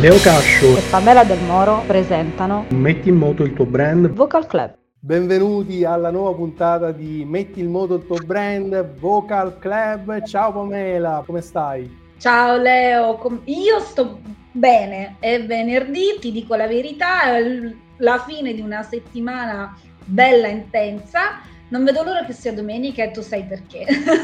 Leo Cascio e Pamela Del Moro presentano Metti in moto il tuo brand. Vocal Club. Benvenuti alla nuova puntata di Metti in moto il tuo brand Vocal Club. Ciao Pamela, come stai? Ciao Leo, io sto bene, è venerdì, ti dico la verità, è la fine di una settimana bella intensa, non vedo l'ora che sia domenica e tu sai perché.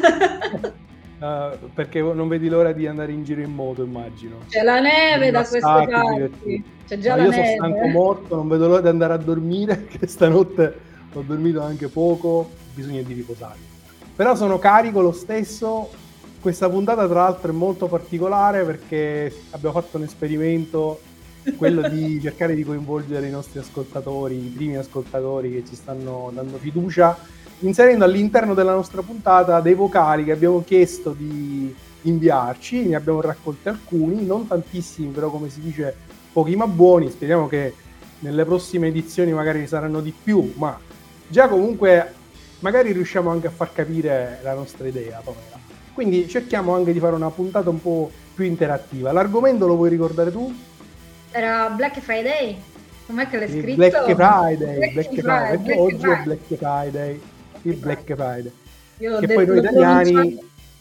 Perché non vedi l'ora di andare in giro in moto, immagino. C'è la neve da queste parti, c'è già la neve. Io sono stanco morto, non vedo l'ora di andare a dormire, che stanotte ho dormito anche poco, ho bisogno di riposare. Però sono carico lo stesso. Questa puntata tra l'altro è molto particolare perché abbiamo fatto un esperimento, quello di cercare di coinvolgere i nostri ascoltatori, i primi ascoltatori che ci stanno dando fiducia, inserendo all'interno della nostra puntata dei vocali che abbiamo chiesto di inviarci. Ne abbiamo raccolti alcuni, non tantissimi, però come si dice pochi ma buoni. Speriamo che nelle prossime edizioni magari saranno di più, ma già comunque magari riusciamo anche a far capire la nostra idea, Pamela. Quindi cerchiamo anche di fare una puntata un po' più interattiva. L'argomento lo vuoi ricordare tu? Era Black Friday? Com'è che l'hai scritto? Black Friday. Oggi è Black Friday. Il Black Friday. Che poi noi italiani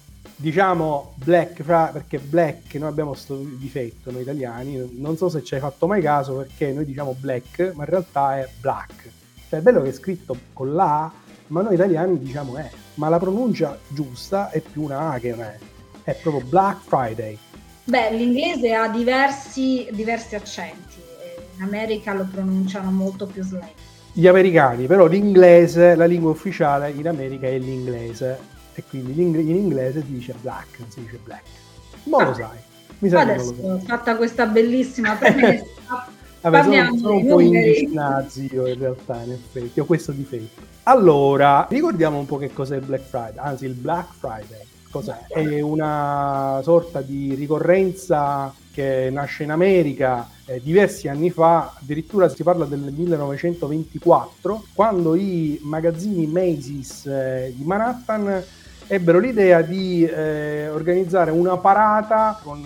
diciamo Black Friday perché Black, noi abbiamo questo difetto noi italiani, non so se ci hai fatto mai caso, perché noi diciamo Black ma in realtà è Black. Cioè è bello che è scritto con la A, ma noi italiani diciamo ma la pronuncia giusta è più una A che una è proprio Black Friday. Beh, l'inglese ha diversi accenti, in America lo pronunciano molto più slang. Gli americani, però l'inglese, la lingua ufficiale in America è l'inglese, e quindi in inglese si dice black, non si dice black. Ma lo sai, mi sa adesso che non lo sai. Fatta questa bellissima premessa, Vabbè, sono un po' indici io in realtà, in effetti, ho questo difetto. Allora, ricordiamo un po' che cos'è il Black Friday, anzi il Black Friday. Cos'è? È una sorta di ricorrenza che nasce in America diversi anni fa, addirittura si parla del 1924, quando i magazzini Macy's di Manhattan ebbero l'idea di organizzare una parata con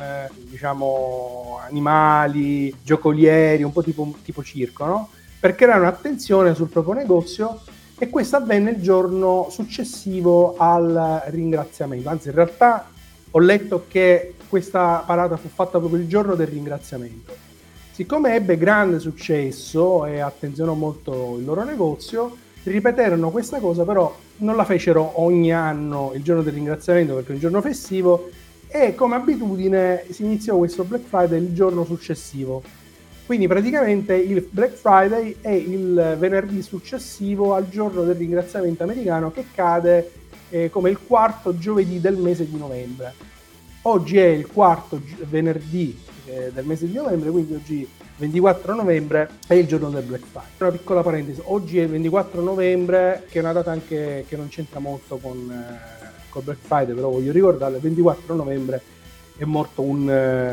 diciamo animali, giocolieri, un po' tipo circo, no? Per creare un'attenzione sul proprio negozio. E questo avvenne il giorno successivo al ringraziamento. Anzi, in realtà ho letto che questa parata fu fatta proprio il giorno del ringraziamento. Siccome ebbe grande successo e attenzionò molto il loro negozio, ripeterono questa cosa, però non la fecero ogni anno il giorno del ringraziamento perché è un giorno festivo, e come abitudine si iniziò questo Black Friday il giorno successivo. Quindi praticamente il Black Friday è il venerdì successivo al giorno del ringraziamento americano, che cade come il quarto giovedì del mese di novembre. Oggi è il quarto venerdì del mese di novembre, quindi oggi 24 novembre è il giorno del Black Friday. Una piccola parentesi, oggi è il 24 novembre, che è una data anche che non c'entra molto con Black Friday, però voglio ricordarlo, il 24 novembre è morto un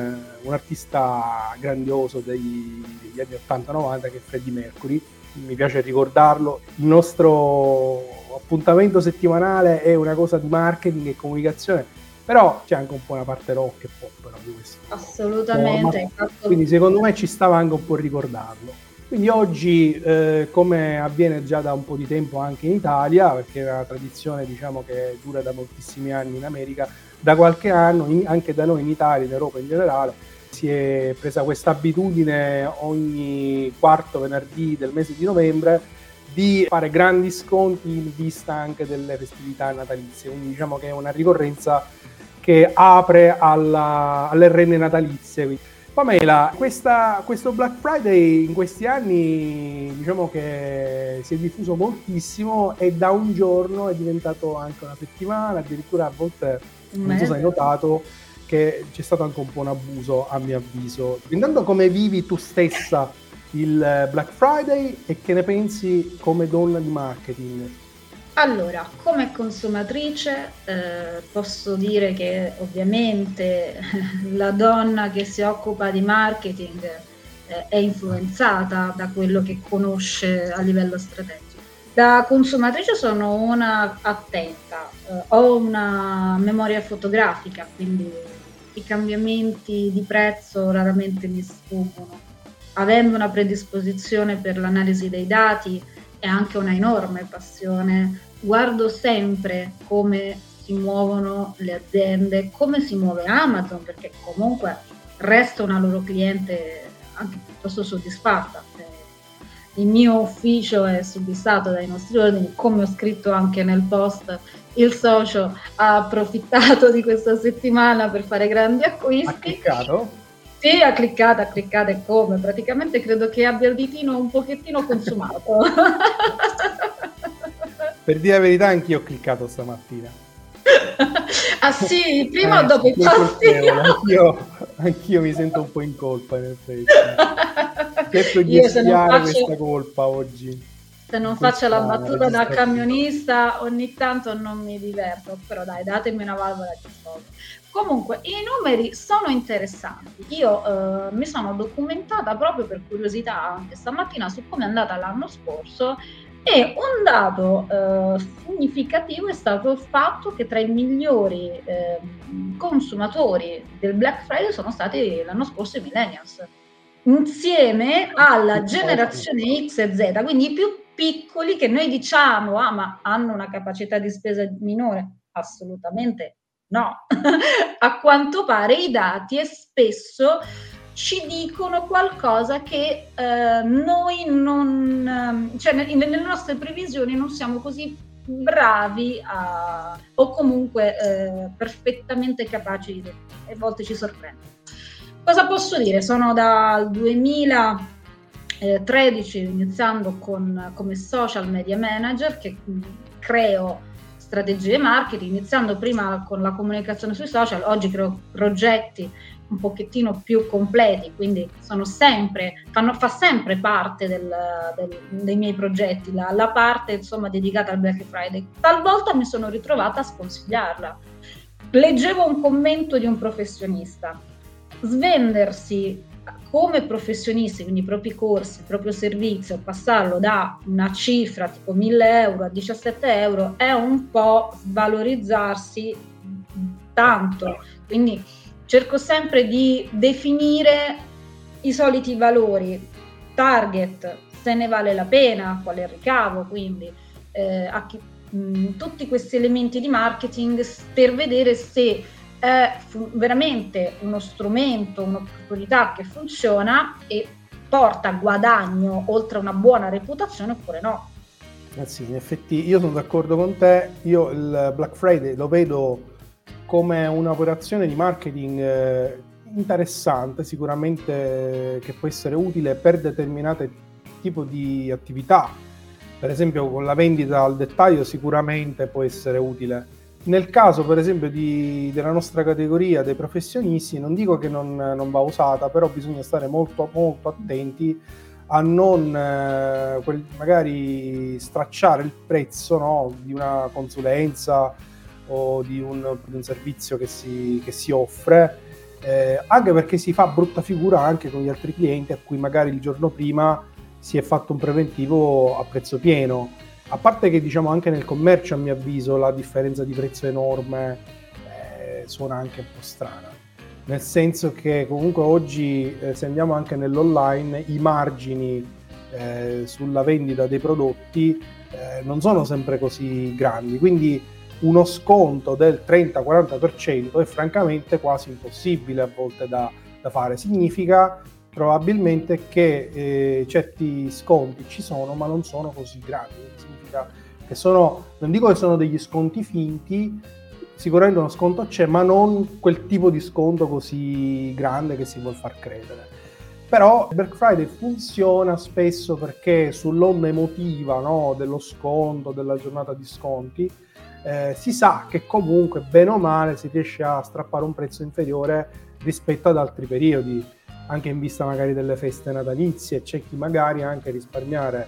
artista grandioso degli anni 80-90 che è Freddie Mercury. Mi piace ricordarlo. Il nostro appuntamento settimanale è una cosa di marketing e comunicazione, però c'è anche un po' una parte rock e pop però di questo. Assolutamente. Quindi secondo me ci stava anche un po' ricordarlo. Quindi oggi, come avviene già da un po' di tempo anche in Italia, perché è una tradizione diciamo che dura da moltissimi anni in America, da qualche anno anche da noi in Italia, in Europa in generale, si è presa questa abitudine ogni quarto venerdì del mese di novembre di fare grandi sconti in vista anche delle festività natalizie. Quindi diciamo che è una ricorrenza che apre alle renne natalizie. Pamela, questo Black Friday in questi anni diciamo che si è diffuso moltissimo e da un giorno è diventato anche una settimana, addirittura a volte, non so se hai notato, che c'è stato anche un po' un abuso a mio avviso. Intanto come vivi tu stessa il Black Friday e che ne pensi come donna di marketing? Allora, come consumatrice posso dire che ovviamente la donna che si occupa di marketing è influenzata da quello che conosce a livello strategico. Da consumatrice sono una attenta, ho una memoria fotografica, quindi i cambiamenti di prezzo raramente mi sfuggono. Avendo una predisposizione per l'analisi dei dati e anche una enorme passione, guardo sempre come si muovono le aziende, come si muove Amazon, perché comunque resta una loro cliente anche piuttosto soddisfatta. Il mio ufficio è soddisfatto dai nostri ordini, come ho scritto anche nel post. Il socio ha approfittato di questa settimana per fare grandi acquisti. Ha cliccato? Sì, ha cliccato e come? Praticamente credo che abbia il ditino un pochettino consumato. Per dire la verità, anch'io ho cliccato stamattina. Ah sì, prima o dopo i posti? Anch'io mi sento un po' in colpa, in effetti. Cerco di espiare questa colpa oggi. Se non faccio la battuta da camionista, ogni tanto non mi diverto, però dai, datemi una valvola di sfogo. Comunque, i numeri sono interessanti. Io mi sono documentata proprio per curiosità anche stamattina su come è andata l'anno scorso, e un dato significativo è stato il fatto che tra i migliori consumatori del Black Friday sono stati l'anno scorso i millennials, insieme alla generazione X e Z, quindi i più piccoli, che noi diciamo ma hanno una capacità di spesa minore. Assolutamente no. A quanto pare i dati e spesso ci dicono qualcosa che noi non, cioè nelle nostre previsioni non siamo così bravi o comunque perfettamente capaci di, e a volte ci sorprende. Cosa posso dire? Sono dal 2013 iniziando come social media manager, che creo strategie marketing, iniziando prima con la comunicazione sui social. Oggi creo progetti un pochettino più completi, quindi fa sempre parte dei miei progetti la parte insomma dedicata al Black Friday. Talvolta mi sono ritrovata a sconsigliarla. Leggevo un commento di un professionista: svendersi come professionisti, quindi i propri corsi, il proprio servizio, passarlo da una cifra tipo 1.000 euro a 17 euro è un po' svalorizzarsi tanto. Quindi cerco sempre di definire i soliti valori, target, se ne vale la pena, qual è il ricavo, quindi tutti questi elementi di marketing per vedere se è veramente uno strumento, un'opportunità che funziona e porta guadagno oltre a una buona reputazione oppure no. Sì, in effetti io sono d'accordo con te. Io il Black Friday lo vedo come un'operazione di marketing interessante, sicuramente, che può essere utile per determinate tipo di attività. Per esempio con la vendita al dettaglio sicuramente può essere utile. Nel caso per esempio della nostra categoria dei professionisti, non dico che non va usata, però bisogna stare molto molto attenti a non magari stracciare il prezzo, no, di una consulenza o di un servizio che si offre, anche perché si fa brutta figura anche con gli altri clienti a cui magari il giorno prima si è fatto un preventivo a prezzo pieno. A parte che diciamo anche nel commercio, a mio avviso, la differenza di prezzo enorme suona anche un po' strana, nel senso che comunque oggi se andiamo anche nell'online i margini sulla vendita dei prodotti non sono sempre così grandi, quindi uno sconto del 30-40% è francamente quasi impossibile a volte da fare. Significa probabilmente che certi sconti ci sono, ma non sono così grandi. Significa che non dico che sono degli sconti finti, sicuramente uno sconto c'è, ma non quel tipo di sconto così grande che si vuol far credere. Però il Black Friday funziona spesso perché sull'onda emotiva, no, dello sconto, della giornata di sconti, si sa che comunque bene o male si riesce a strappare un prezzo inferiore rispetto ad altri periodi, anche in vista magari delle feste natalizie. C'è chi magari anche risparmiare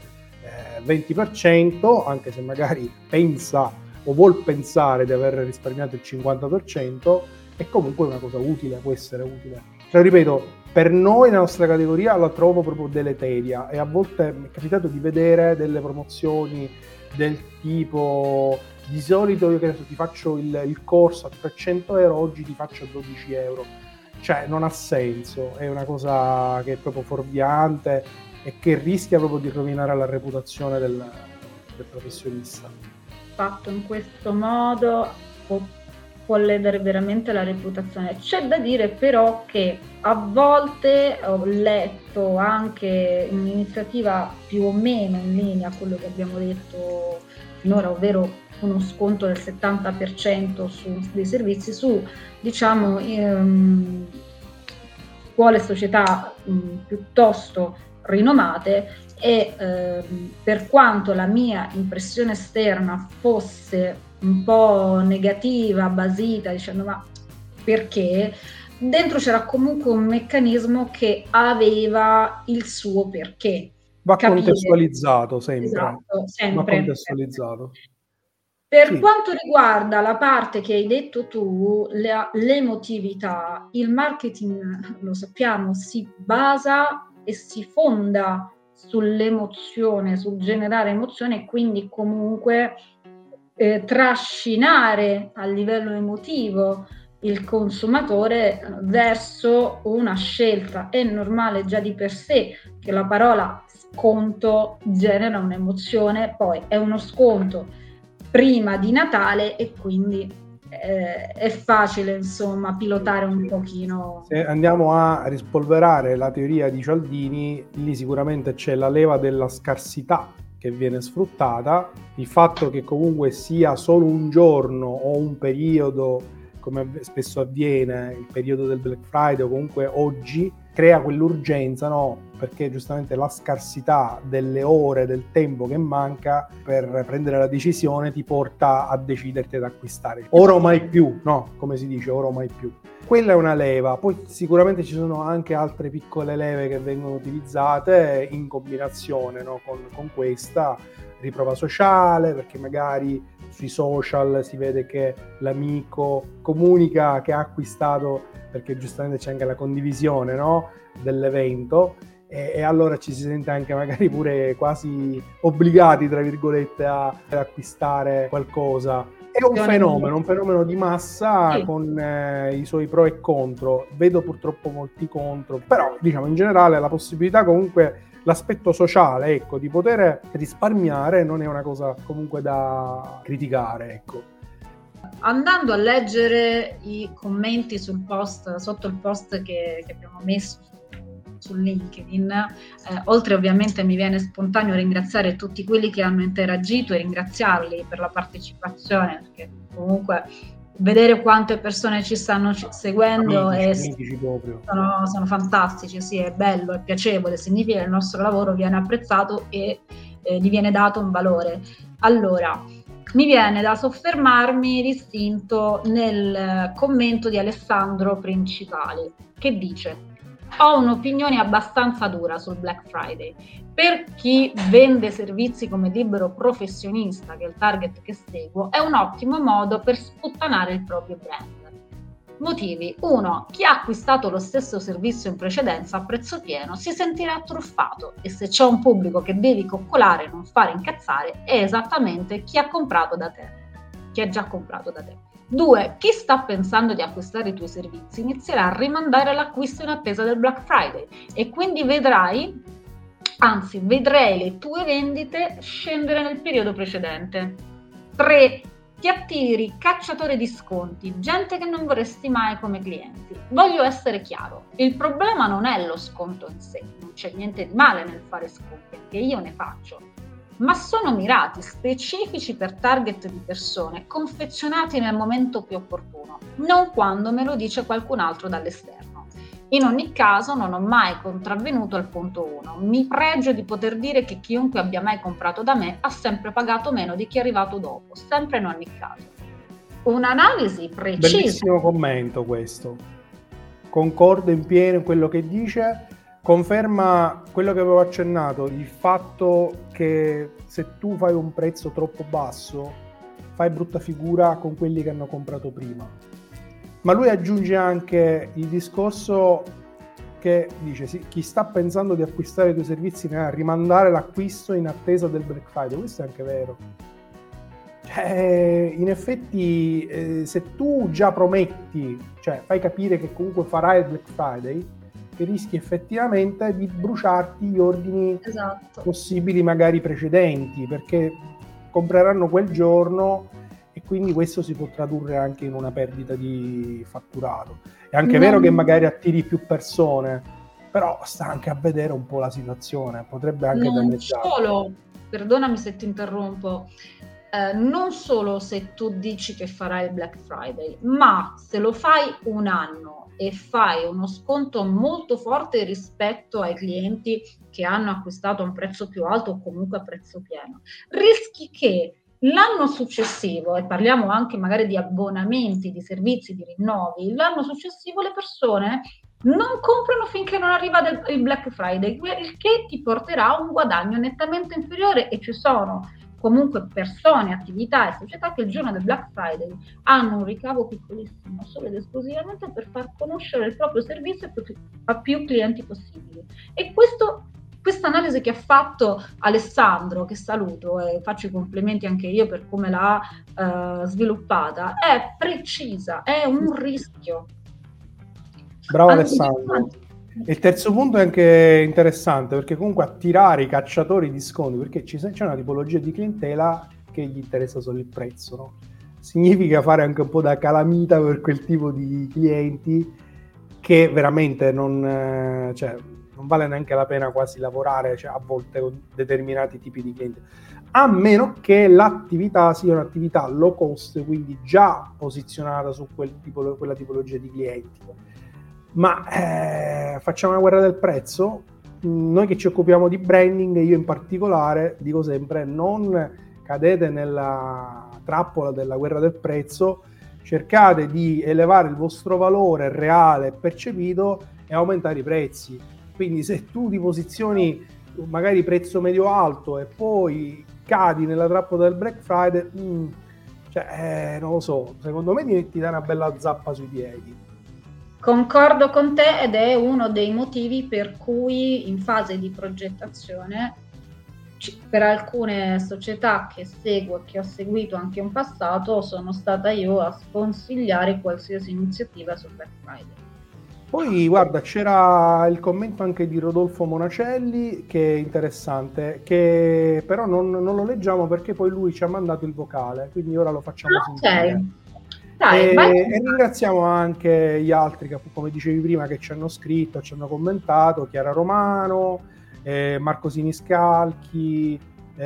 20%, anche se magari pensa o vuol pensare di aver risparmiato il 50%, è comunque una cosa utile, può essere utile. Cioè, ripeto, per noi nella nostra categoria la trovo proprio deleteria, e a volte mi è capitato di vedere delle promozioni del tipo di solito io che adesso ti faccio il corso a 300 euro, oggi ti faccio a 12 euro. Cioè non ha senso, è una cosa che è proprio fuorviante e che rischia proprio di rovinare la reputazione del professionista. Fatto in questo modo può ledere veramente la reputazione. C'è da dire però che a volte ho letto anche un'iniziativa più o meno in linea a quello che abbiamo detto finora, ovvero uno sconto del 70% su dei servizi su, diciamo, scuole e società piuttosto rinomate, e per quanto la mia impressione esterna fosse un po' negativa, basita, dicendo ma perché, dentro c'era comunque un meccanismo che aveva il suo perché. Va contestualizzato sempre. Esatto, sempre. Va contestualizzato. Per quanto riguarda la parte che hai detto tu, l'emotività, il marketing, lo sappiamo, si basa e si fonda sull'emozione, sul generare emozione e quindi comunque trascinare a livello emotivo il consumatore verso una scelta. È normale già di per sé che la parola sconto genera un'emozione, poi è uno sconto prima di Natale e quindi è facile insomma pilotare un pochino. Se andiamo a rispolverare la teoria di Cialdini, lì sicuramente c'è la leva della scarsità che viene sfruttata, il fatto che comunque sia solo un giorno o un periodo, come spesso avviene, il periodo del Black Friday o comunque oggi, crea quell'urgenza, no? Perché giustamente la scarsità delle ore, del tempo che manca per prendere la decisione ti porta a deciderti ad acquistare. Ora o mai più, no? Come si dice, ora o mai più. Quella è una leva, poi sicuramente ci sono anche altre piccole leve che vengono utilizzate in combinazione, no? con questa riprova sociale, perché magari sui social si vede che l'amico comunica che ha acquistato, perché giustamente c'è anche la condivisione, no? dell'evento, e allora ci si sente anche magari pure quasi obbligati, tra virgolette, ad acquistare qualcosa. È un fenomeno di massa, sì, con i suoi pro e contro. Vedo purtroppo molti contro, però diciamo in generale la possibilità, comunque l'aspetto sociale, ecco, di poter risparmiare non è una cosa comunque da criticare, ecco. Andando a leggere i commenti sul post, sotto il post che abbiamo messo su LinkedIn, oltre ovviamente mi viene spontaneo ringraziare tutti quelli che hanno interagito e ringraziarli per la partecipazione, perché comunque vedere quante persone ci stanno seguendo sono fantastici, sì, è bello, è piacevole, significa che il nostro lavoro viene apprezzato e gli viene dato un valore. Allora, mi viene da soffermarmi distinto nel commento di Alessandro Principali, che dice: ho un'opinione abbastanza dura sul Black Friday. Per chi vende servizi come libero professionista, che è il target che seguo, è un ottimo modo per sputtanare il proprio brand. Motivi: 1. Chi ha acquistato lo stesso servizio in precedenza a prezzo pieno si sentirà truffato, e se c'è un pubblico che devi coccolare e non fare incazzare è esattamente chi ha comprato da te, chi ha già comprato da te. 2. Chi sta pensando di acquistare i tuoi servizi inizierà a rimandare l'acquisto in attesa del Black Friday e quindi vedrei le tue vendite scendere nel periodo precedente. 3. Ti attiri cacciatori di sconti, gente che non vorresti mai come clienti. Voglio essere chiaro, il problema non è lo sconto in sé, non c'è niente di male nel fare sconti, anche io ne faccio, ma sono mirati, specifici per target di persone, confezionati nel momento più opportuno, non quando me lo dice qualcun altro dall'esterno. In ogni caso non ho mai contravvenuto al punto 1. Mi pregio di poter dire che chiunque abbia mai comprato da me ha sempre pagato meno di chi è arrivato dopo, sempre in ogni caso. Un'analisi precisa. Bellissimo commento questo. Concordo in pieno in quello che dice. Conferma quello che avevo accennato, il fatto che se tu fai un prezzo troppo basso fai brutta figura con quelli che hanno comprato prima. Ma lui aggiunge anche il discorso che dice: sì, chi sta pensando di acquistare i tuoi servizi ne ha rimandare l'acquisto in attesa del Black Friday. Questo è anche vero. In effetti, se tu già prometti, cioè fai capire che comunque farai il Black Friday, che rischi effettivamente di bruciarti gli ordini possibili magari precedenti, perché compreranno quel giorno e quindi questo si può tradurre anche in una perdita di fatturato. È anche vero che magari attiri più persone, però sta anche a vedere un po' la situazione, potrebbe anche danneggiare. Solo, perdonami se ti interrompo, non solo se tu dici che farai il Black Friday, ma se lo fai un anno e fai uno sconto molto forte rispetto ai clienti che hanno acquistato a un prezzo più alto o comunque a prezzo pieno, rischi che l'anno successivo, e parliamo anche magari di abbonamenti, di servizi, di rinnovi, l'anno successivo le persone non comprano finché non arriva il Black Friday, il che ti porterà a un guadagno nettamente inferiore, e ci sono comunque persone, attività e società che il giorno del Black Friday hanno un ricavo piccolissimo solo ed esclusivamente per far conoscere il proprio servizio a più clienti possibili. E questa analisi che ha fatto Alessandro, che saluto e faccio i complimenti anche io per come l'ha sviluppata, è precisa, è un rischio. Bravo Alessandro. E il terzo punto è anche interessante, perché comunque attirare i cacciatori di sconti, perché c'è una tipologia di clientela che gli interessa solo il prezzo, no? Significa fare anche un po' da calamita per quel tipo di clienti che veramente non vale neanche la pena quasi lavorare, a volte con determinati tipi di clienti, a meno che l'attività sia un'attività low cost, quindi già posizionata su quella tipologia di clienti. Ma facciamo una guerra del prezzo? Noi che ci occupiamo di branding, io in particolare, dico sempre: non cadete nella trappola della guerra del prezzo, cercate di elevare il vostro valore reale percepito e aumentare i prezzi. Quindi se tu ti posizioni magari prezzo medio alto e poi cadi nella trappola del Black Friday, non lo so, secondo me ti dà una bella zappa sui piedi. Concordo con te, ed è uno dei motivi per cui in fase di progettazione per alcune società che seguo e che ho seguito anche in passato sono stata io a sconsigliare qualsiasi iniziativa su Black Friday. Poi guarda, c'era il commento anche di Rodolfo Monacelli che è interessante, che però non lo leggiamo perché poi lui ci ha mandato il vocale, quindi ora lo facciamo sentire. E ringraziamo anche gli altri che, come dicevi prima, che ci hanno scritto, ci hanno commentato: Chiara Romano, Marco Siniscalchi,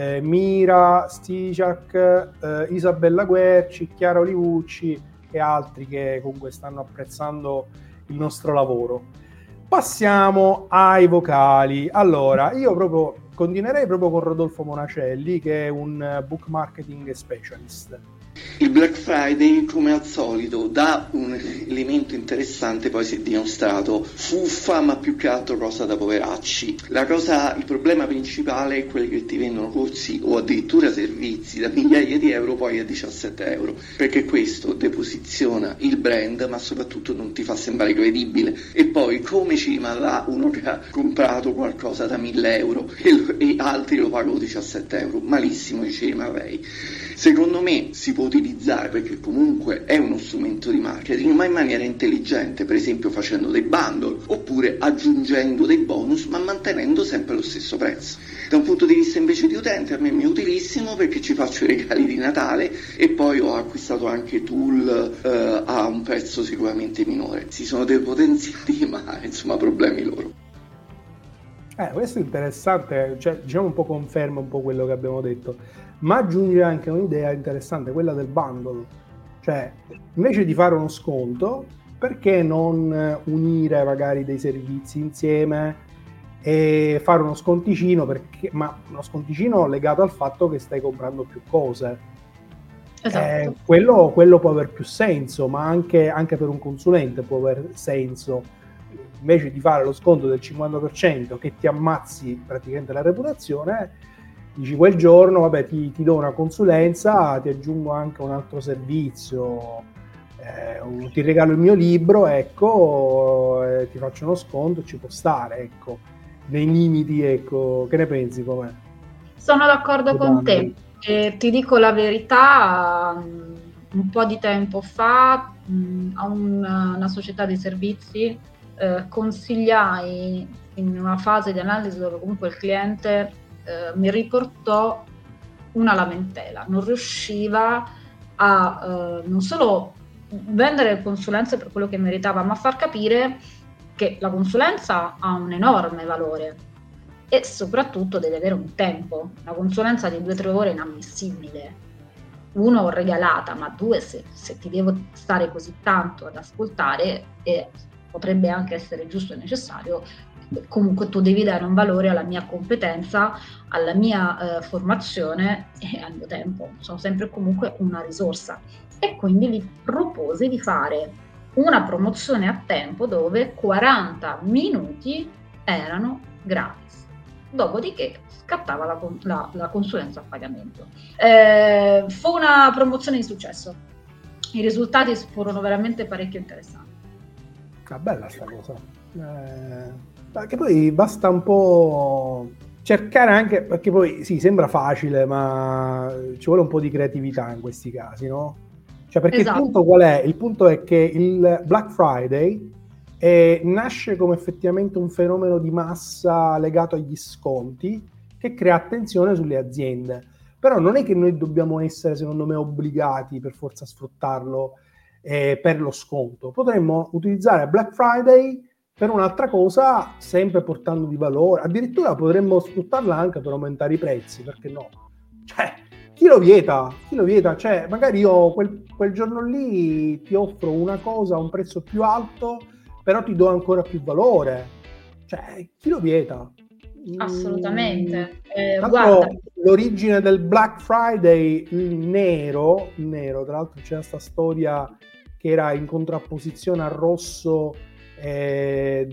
Mira Sticiak, Isabella Guerci, Chiara Olivucci e altri che comunque stanno apprezzando il nostro lavoro. Passiamo ai vocali. Allora, io continuerei proprio con Rodolfo Monacelli, che è un book marketing specialist. Il Black Friday, come al solito, dà un elemento interessante, poi si è dimostrato fuffa, ma più che altro cosa da poveracci. Il problema principale è quelli che ti vendono corsi o addirittura servizi da migliaia di euro poi a 17 euro, perché questo deposiziona il brand, ma soprattutto non ti fa sembrare credibile. E poi come ci rimarrà uno che ha comprato qualcosa da 1000 euro e altri lo pagano 17 euro? Malissimo, ci rimarrei. Secondo me si può utilizzare, perché comunque è uno strumento di marketing, ma in maniera intelligente, per esempio facendo dei bundle oppure aggiungendo dei bonus ma mantenendo sempre lo stesso prezzo. Da un punto di vista invece di utente, a me è utilissimo perché ci faccio i regali di Natale e poi ho acquistato anche tool a un prezzo sicuramente minore. Si sono depotenziati, ma insomma problemi loro. Questo è interessante, diciamo un po' conferma un po' quello che abbiamo detto, ma aggiunge anche un'idea interessante, quella del bundle. Cioè, invece di fare uno sconto, perché non unire magari dei servizi insieme e fare uno sconticino, ma uno sconticino legato al fatto che stai comprando più cose. Esatto. Quello può aver più senso, ma anche per un consulente può aver senso. Invece di fare lo sconto del 50% che ti ammazzi praticamente la reputazione, dici quel giorno vabbè ti do una consulenza, ti aggiungo anche un altro servizio, ti regalo il mio libro, ecco, ti faccio uno sconto, ci può stare, ecco, nei limiti, ecco. Che ne pensi, com'è? Sono d'accordo con te e ti dico la verità, un po' di tempo fa a una società di servizi consigliai in una fase di analisi dove comunque il cliente mi riportò una lamentela, non riusciva a non solo vendere consulenze per quello che meritava, ma far capire che la consulenza ha un enorme valore e soprattutto deve avere un tempo. Una consulenza di 2-3 ore è inammissibile. 1 regalata, ma 2 se ti devo stare così tanto ad ascoltare, e potrebbe anche essere giusto e necessario, comunque tu devi dare un valore alla mia competenza, alla mia formazione e al mio tempo. Sono sempre comunque una risorsa. E quindi gli proposi di fare una promozione a tempo dove 40 minuti erano gratis. Dopodiché scattava la consulenza a pagamento. Fu una promozione di successo. I risultati furono veramente parecchio interessanti. Bella sta cosa. Che poi basta un po' cercare anche, perché poi sì, sembra facile, ma ci vuole un po' di creatività in questi casi, no? Cioè, perché esatto. Il punto qual è? Il punto è che il Black Friday nasce come effettivamente un fenomeno di massa legato agli sconti che crea attenzione sulle aziende. Però non è che noi dobbiamo essere, secondo me, obbligati per forza a sfruttarlo per lo sconto. Potremmo utilizzare Black Friday per un'altra cosa, sempre portando di valore. Addirittura potremmo sfruttarla anche per aumentare i prezzi, perché no? Cioè, chi lo vieta? Cioè, magari io quel giorno lì ti offro una cosa a un prezzo più alto, però ti do ancora più valore. Cioè, chi lo vieta? Assolutamente. Guarda, l'origine del Black Friday, il nero, tra l'altro c'è questa storia che era in contrapposizione al rosso dei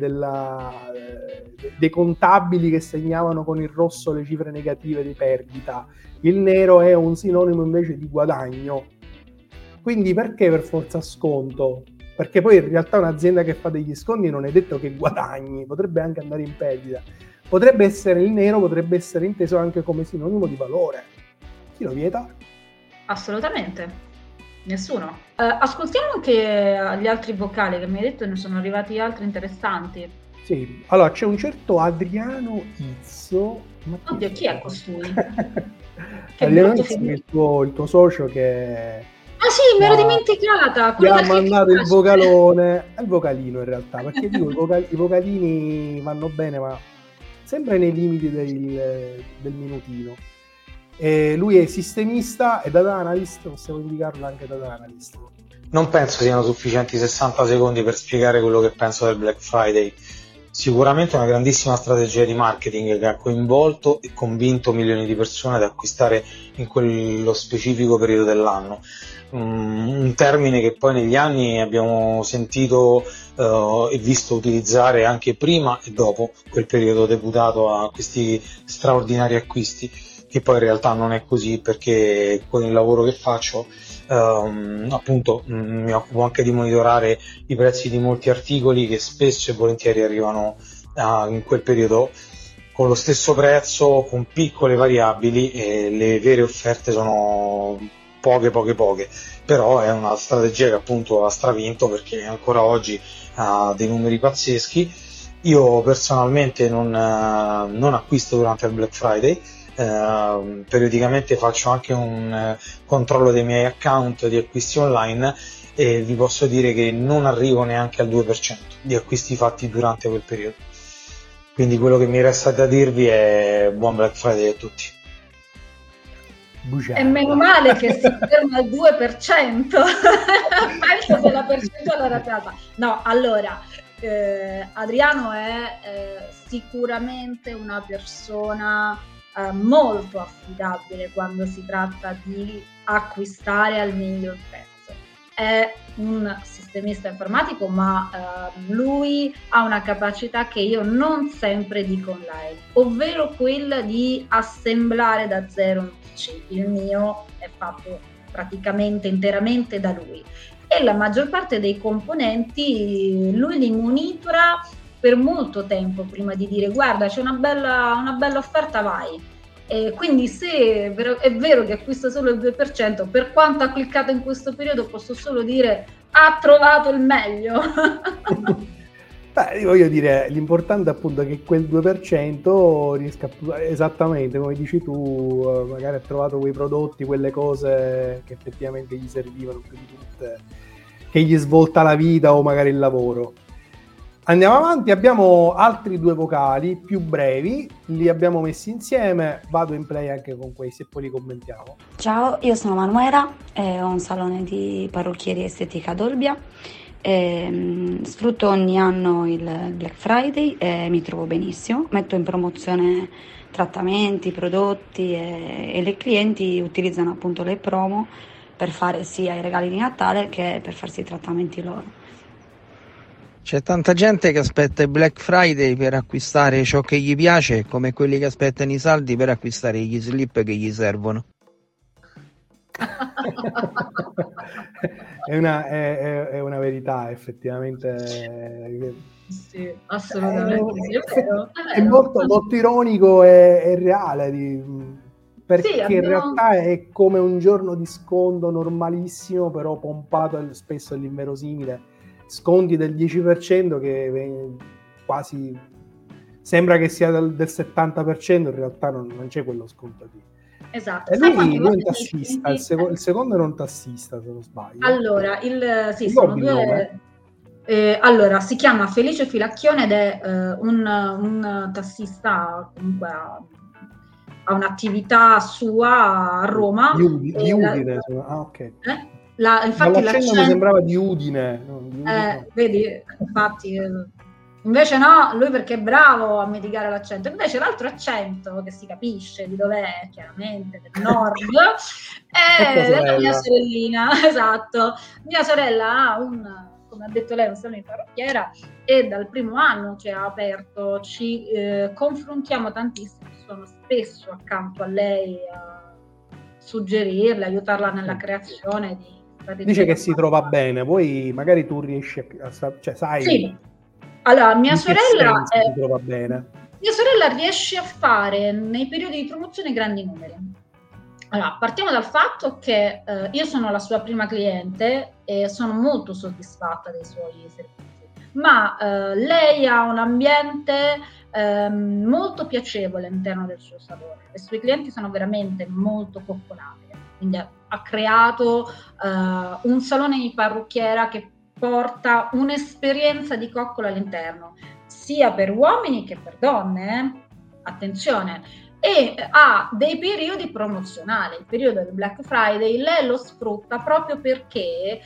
contabili che segnavano con il rosso le cifre negative di perdita. Il nero è un sinonimo invece di guadagno. Quindi perché per forza sconto? Perché poi in realtà un'azienda che fa degli sconti non è detto che guadagni, potrebbe anche andare in perdita. Potrebbe essere il nero, potrebbe essere inteso anche come sinonimo di valore. Chi lo vieta? Assolutamente, nessuno. Ascoltiamo anche gli altri vocali che mi hai detto, ne sono arrivati altri interessanti. Sì, allora c'è un certo Adriano Izzo. Oddio, chi è costui? Adriano Izzo è il tuo socio che... Ah sì, mi ero dimenticata! Ti ha mandato il vocalone, il vocalino in realtà, perché dico i vocalini vanno bene, ma sempre nei limiti del minutino. Lui è sistemista e data analyst, possiamo indicarlo anche data analyst. Non penso siano sufficienti 60 secondi per spiegare quello che penso del Black Friday. Sicuramente è una grandissima strategia di marketing che ha coinvolto e convinto milioni di persone ad acquistare in quello specifico periodo dell'anno. Un termine che poi negli anni abbiamo sentito e visto utilizzare anche prima e dopo quel periodo deputato a questi straordinari acquisti, che poi in realtà non è così, perché con il lavoro che faccio appunto mi occupo anche di monitorare i prezzi di molti articoli che spesso e volentieri arrivano in quel periodo con lo stesso prezzo, con piccole variabili, e le vere offerte sono poche, però è una strategia che appunto ha stravinto, perché ancora oggi ha dei numeri pazzeschi. Io personalmente non acquisto durante il Black Friday. Periodicamente faccio anche un controllo dei miei account di acquisti online e vi posso dire che non arrivo neanche al 2% di acquisti fatti durante quel periodo. Quindi quello che mi resta da dirvi è buon Black Friday a tutti. E meno male che si ferma al 2%. Penso che la percentuale era piata. No, allora Adriano è sicuramente una persona molto affidabile quando si tratta di acquistare al miglior prezzo. È un sistemista informatico, ma lui ha una capacità che io non sempre dico online, ovvero quella di assemblare da zero un PC. Il mio è fatto praticamente interamente da lui e la maggior parte dei componenti lui li monitora per molto tempo prima di dire guarda c'è una bella offerta, vai. E quindi se è vero che acquista solo il 2%, per quanto ha cliccato in questo periodo posso solo dire ha trovato il meglio. Beh, voglio dire, l'importante appunto è che quel 2% riesca esattamente come dici tu, magari ha trovato quei prodotti, quelle cose che effettivamente gli servivano più di tutte, che gli svolta la vita o magari il lavoro. Andiamo avanti, abbiamo altri 2 vocali più brevi, li abbiamo messi insieme, vado in play anche con questi e poi li commentiamo. Ciao, io sono Manuela, ho un salone di parrucchieria estetica ad Olbia. Sfrutto ogni anno il Black Friday e mi trovo benissimo, metto in promozione trattamenti, prodotti e le clienti utilizzano appunto le promo per fare sia i regali di Natale che per farsi i trattamenti loro. C'è tanta gente che aspetta il Black Friday per acquistare ciò che gli piace, come quelli che aspettano i saldi per acquistare gli slip che gli servono. È una verità, effettivamente. Sì, assolutamente. È molto ironico e reale, perché in realtà è come un giorno di sconto normalissimo, però pompato spesso all'inverosimile. Sconti del 10% che quasi sembra che sia del 70%, in realtà non c'è quello sconto lì. Esatto. E lui è un tassista, il secondo è un tassista, se non sbaglio. Allora, sono 2. Allora, si chiama Felice Filacchione ed è un tassista, comunque ha un'attività sua a Roma. Di Udine. Ok. Infatti l'accento mi sembrava di Udine. Vedi, infatti... Invece no, lui perché è bravo a mitigare l'accento. Invece l'altro accento, che si capisce di dov'è, chiaramente, del nord, è della mia sorellina. Esatto. Mia sorella ha come ha detto lei, un salone di parrucchiera e dal primo anno che ha aperto ci confrontiamo tantissimo, sono spesso accanto a lei a suggerirle, aiutarla nella creazione di... Dice che si trova bene, poi magari tu riesci cioè sai... Sì. Allora, mia sorella riesce a fare nei periodi di promozione grandi numeri. Allora, partiamo dal fatto che io sono la sua prima cliente e sono molto soddisfatta dei suoi servizi, ma lei ha un ambiente molto piacevole all'interno del suo salone. Le sue clienti sono veramente molto coccolate, quindi ha creato un salone di parrucchiera che porta un'esperienza di coccolo all'interno, sia per uomini che per donne, attenzione, e ha dei periodi promozionali. Il periodo del Black Friday lei lo sfrutta proprio perché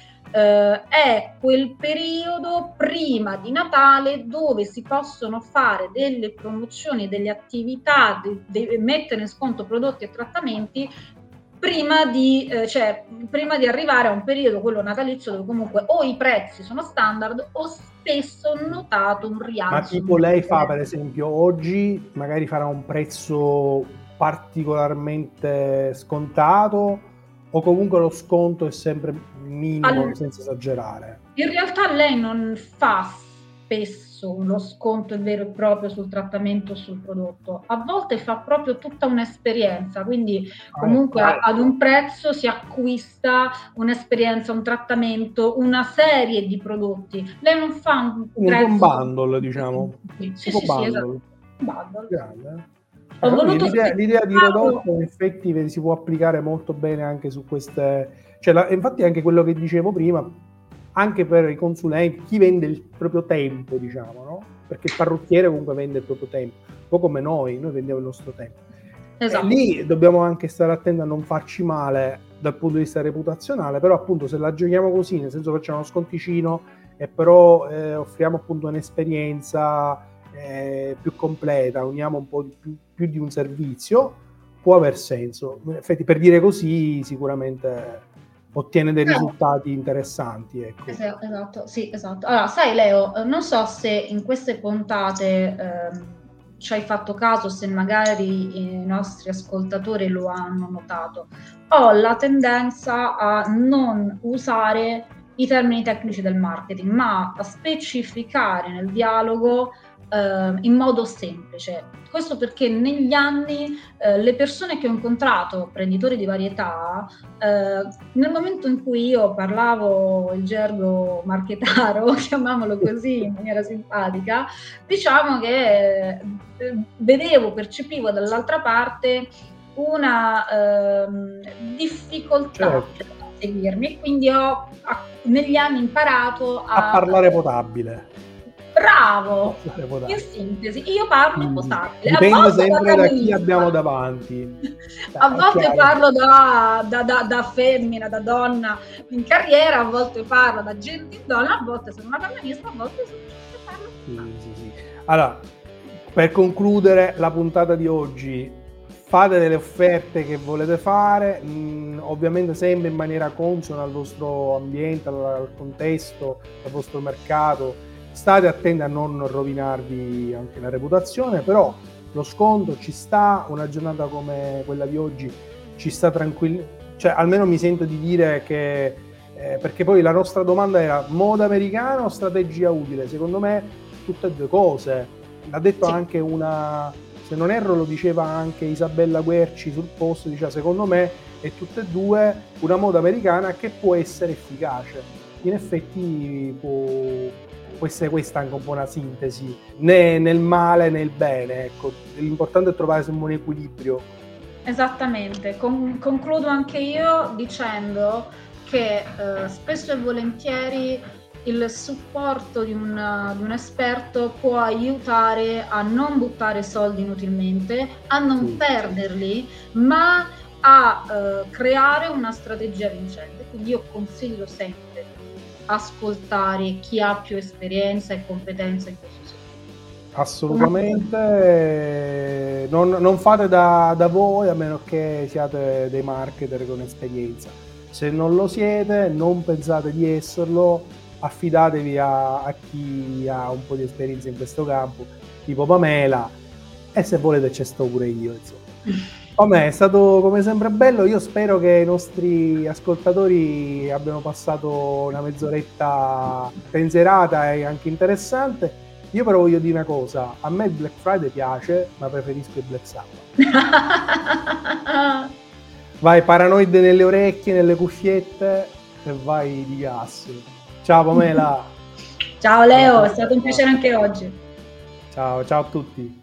è quel periodo prima di Natale dove si possono fare delle promozioni, delle attività, mettere in sconto prodotti e trattamenti prima di arrivare a un periodo, quello natalizio, dove comunque o i prezzi sono standard o spesso ho notato un rialzo. Ma tipo lei fa, per esempio, oggi magari farà un prezzo particolarmente scontato o comunque lo sconto è sempre minimo, senza esagerare? In realtà lei non fa spesso uno sconto vero e proprio sul trattamento o sul prodotto, a volte fa proprio tutta un'esperienza, quindi comunque ad un prezzo si acquista un'esperienza, un trattamento, una serie di prodotti. Lei non fa un prezzo... Un bundle, diciamo. Sì, esatto. Un bundle. Grande. L'idea di prodotto in effetti si può applicare molto bene anche su queste, infatti anche quello che dicevo prima, anche per i consulenti, chi vende il proprio tempo, diciamo, no? Perché il parrucchiere comunque vende il proprio tempo, un po' come noi vendiamo il nostro tempo. Esatto. Lì dobbiamo anche stare attenti a non farci male dal punto di vista reputazionale, però appunto se la giochiamo così, nel senso facciamo uno sconticino e però offriamo appunto un'esperienza più completa, uniamo un po' più di un servizio, può aver senso. In effetti, per dire così, sicuramente ottiene dei risultati interessanti, ecco. Esatto, sì, esatto. Allora, sai Leo, non so se in queste puntate ci hai fatto caso, se magari i nostri ascoltatori lo hanno notato. Ho la tendenza a non usare i termini tecnici del marketing, ma a specificare nel dialogo in modo semplice. Questo perché negli anni le persone che ho incontrato, prenditori di varietà, nel momento in cui io parlavo il gergo marchetaro, chiamiamolo così in maniera simpatica, diciamo che percepivo dall'altra parte una difficoltà a seguirmi, quindi ho negli anni imparato a parlare potabile. Bravo, in sintesi, io parlo potabile. Dipende sempre da chi abbiamo davanti. A volte parlo da femmina, da donna in carriera, a volte parlo da gentildonna, a volte sono una camionista, a volte parlo. Sì. Allora, per concludere la puntata di oggi, fate delle offerte che volete fare, ovviamente sempre in maniera consona al vostro ambiente, al contesto, al vostro mercato. State attenti a non rovinarvi anche la reputazione, però lo sconto ci sta, una giornata come quella di oggi ci sta tranquillo, cioè almeno mi sento di dire che perché poi la nostra domanda era moda americana o strategia utile? Secondo me tutte e due cose. L'ha detto anche una, se non erro lo diceva anche Isabella Guerci sul post, diceva secondo me è tutte e due una moda americana che può essere efficace. In effetti può essere questa anche un po' una sintesi, né nel male né nel bene, ecco. L'importante è trovare sempre un equilibrio. Esattamente, concludo anche io dicendo che spesso e volentieri il supporto di un esperto può aiutare a non buttare soldi inutilmente, a non perderli, ma a creare una strategia vincente. Quindi io consiglio sempre ascoltare chi ha più esperienza e competenza in questo settore. Assolutamente, non fate da voi a meno che siate dei marketer con esperienza. Se non lo siete, non pensate di esserlo, affidatevi a chi ha un po' di esperienza in questo campo, tipo Pamela, e se volete ci sto pure io, insomma. Vabbè, è stato come sempre bello, io spero che i nostri ascoltatori abbiano passato una mezz'oretta pensierata e anche interessante. Io però voglio dire una cosa, a me il Black Friday piace, ma preferisco il Black Sabbath. Vai, paranoide nelle orecchie, nelle cuffiette e vai di gas. Ciao Pamela. Ciao Leo, è stato un piacere anche oggi. Ciao a tutti.